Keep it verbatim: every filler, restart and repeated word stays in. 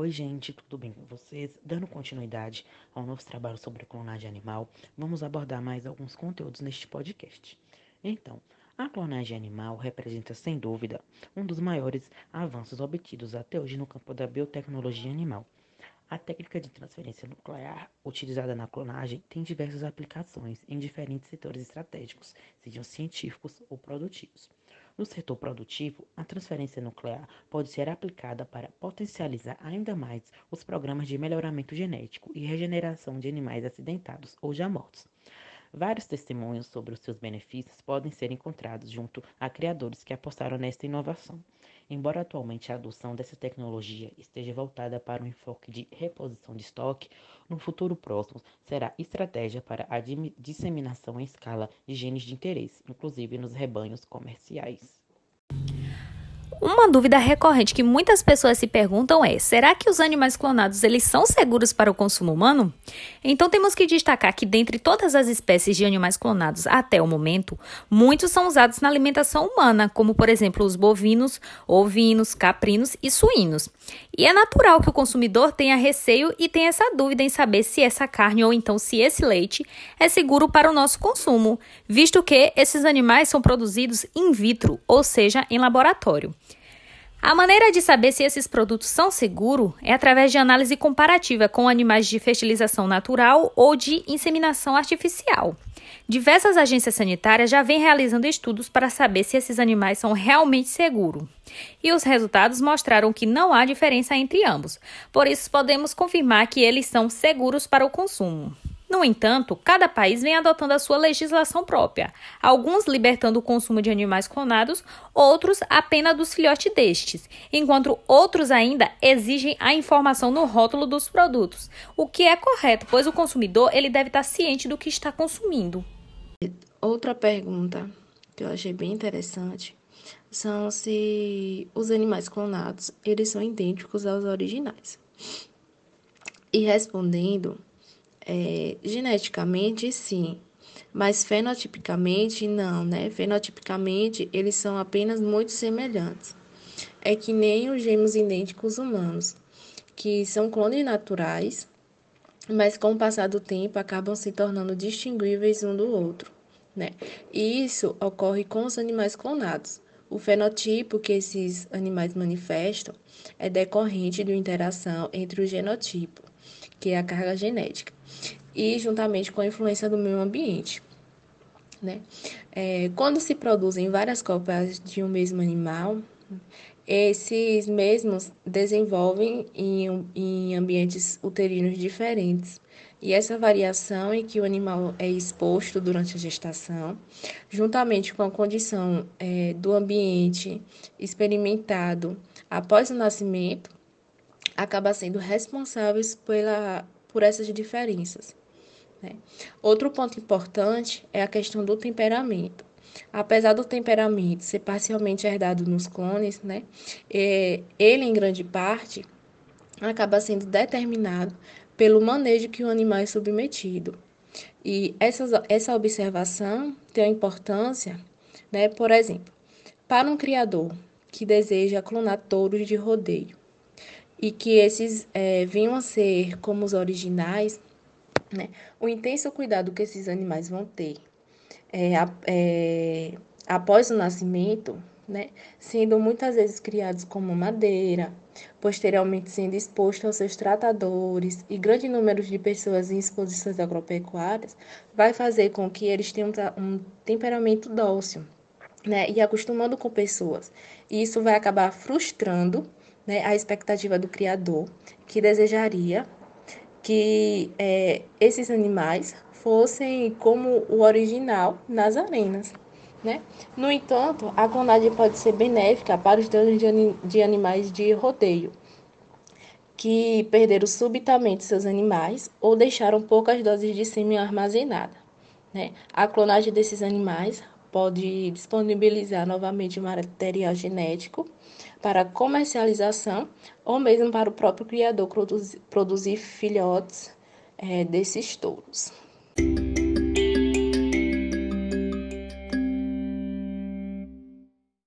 Oi, gente, tudo bem com vocês? Dando continuidade ao nosso trabalho sobre clonagem animal, vamos abordar mais alguns conteúdos neste podcast. Então, a clonagem animal representa, sem dúvida, um dos maiores avanços obtidos até hoje no campo da biotecnologia animal. A técnica de transferência nuclear utilizada na clonagem tem diversas aplicações em diferentes setores estratégicos, sejam científicos ou produtivos. No setor produtivo, a transferência nuclear pode ser aplicada para potencializar ainda mais os programas de melhoramento genético e regeneração de animais acidentados ou já mortos. Vários testemunhos sobre os seus benefícios podem ser encontrados junto a criadores que apostaram nesta inovação. Embora atualmente a adoção dessa tecnologia esteja voltada para um enfoque de reposição de estoque, no futuro próximo será estratégia para a disseminação em escala de genes de interesse, inclusive nos rebanhos comerciais. Uma dúvida recorrente que muitas pessoas se perguntam é: será que os animais clonados eles são seguros para o consumo humano? Então temos que destacar que dentre todas as espécies de animais clonados até o momento, muitos são usados na alimentação humana, como por exemplo os bovinos, ovinos, caprinos e suínos. E é natural que o consumidor tenha receio e tenha essa dúvida em saber se essa carne ou então se esse leite é seguro para o nosso consumo, visto que esses animais são produzidos in vitro, ou seja, em laboratório. A maneira de saber se esses produtos são seguros é através de análise comparativa com animais de fertilização natural ou de inseminação artificial. Diversas agências sanitárias já vêm realizando estudos para saber se esses animais são realmente seguros. E os resultados mostraram que não há diferença entre ambos, por isso podemos confirmar que eles são seguros para o consumo. No entanto, cada país vem adotando a sua legislação própria, alguns libertando o consumo de animais clonados, outros apenas dos filhotes destes, enquanto outros ainda exigem a informação no rótulo dos produtos, o que é correto, pois o consumidor ele deve estar ciente do que está consumindo. Outra pergunta que eu achei bem interessante são se os animais clonados eles são idênticos aos originais. E respondendo, É, geneticamente, sim, mas fenotipicamente, não, né? Fenotipicamente, eles são apenas muito semelhantes. É que nem os gêmeos idênticos humanos, que são clones naturais, mas com o passar do tempo acabam se tornando distinguíveis um do outro, né? E isso ocorre com os animais clonados. O fenotipo que esses animais manifestam é decorrente de uma interação entre o genotipo, que é a carga genética, e juntamente com a influência do meio ambiente, né? É, quando se produzem várias cópias de um mesmo animal, esses mesmos desenvolvem em, em ambientes uterinos diferentes. E essa variação em que o animal é exposto durante a gestação, juntamente com a condição é, do ambiente experimentado após o nascimento, acaba sendo responsáveis pela, por essas diferenças, né? Outro ponto importante é a questão do temperamento. Apesar do temperamento ser parcialmente herdado nos clones, né, é, ele, em grande parte, acaba sendo determinado pelo manejo que o animal é submetido. E essa, essa observação tem a importância, né, por exemplo, para um criador que deseja clonar touros de rodeio, e que esses é, venham a ser como os originais, né? O intenso cuidado que esses animais vão ter é, é, após o nascimento, né? Sendo muitas vezes criados como madeira, posteriormente sendo expostos aos seus tratadores e grande número de pessoas em exposições agropecuárias, vai fazer com que eles tenham um temperamento dócil, né? E acostumando com pessoas. E isso vai acabar frustrando, né, a expectativa do criador, que desejaria que é, esses animais fossem como o original nas arenas, né? No entanto, a clonagem pode ser benéfica para os donos de, de animais de rodeio, que perderam subitamente seus animais ou deixaram poucas doses de sêmen armazenada, né? A clonagem desses animais pode disponibilizar novamente o material genético para comercialização ou mesmo para o próprio criador produzir, produzir filhotes é, desses touros.